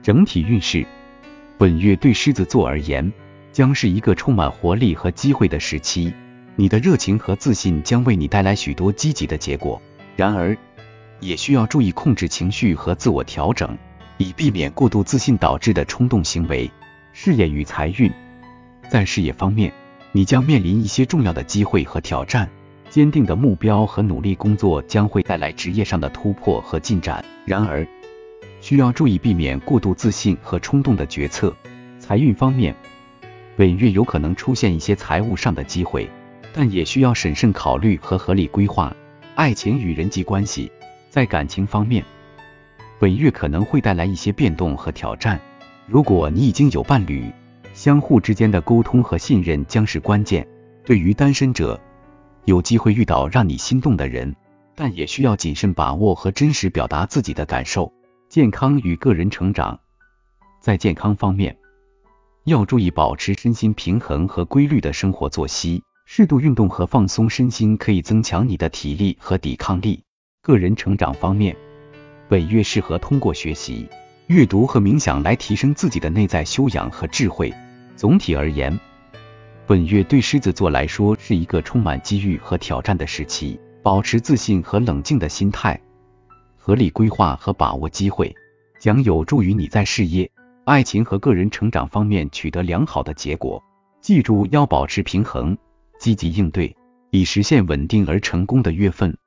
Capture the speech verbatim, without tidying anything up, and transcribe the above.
整体运势，本月对狮子座而言，将是一个充满活力和机会的时期。你的热情和自信将为你带来许多积极的结果，然而，也需要注意控制情绪和自我调整，以避免过度自信导致的冲动行为。事业与财运，在事业方面，你将面临一些重要的机会和挑战，坚定的目标和努力工作将会带来职业上的突破和进展。然而，需要注意避免过度自信和冲动的决策。财运方面，本月有可能出现一些财务上的机会，但也需要审慎考虑和合理规划。爱情与人际关系，在感情方面，本月可能会带来一些变动和挑战。如果你已经有伴侣，相互之间的沟通和信任将是关键。对于单身者，有机会遇到让你心动的人，但也需要谨慎把握和真实表达自己的感受。健康与个人成长，在健康方面，要注意保持身心平衡和规律的生活作息。适度运动和放松身心可以增强你的体力和抵抗力。个人成长方面，本月适合通过学习、阅读和冥想来提升自己的内在修养和智慧。总体而言，本月对狮子座来说是一个充满机遇和挑战的时期。保持自信和冷静的心态，合理规划和把握机会，将有助于你在事业、爱情和个人成长方面取得良好的结果。记住要保持平衡，积极应对，以实现稳定而成功的月份。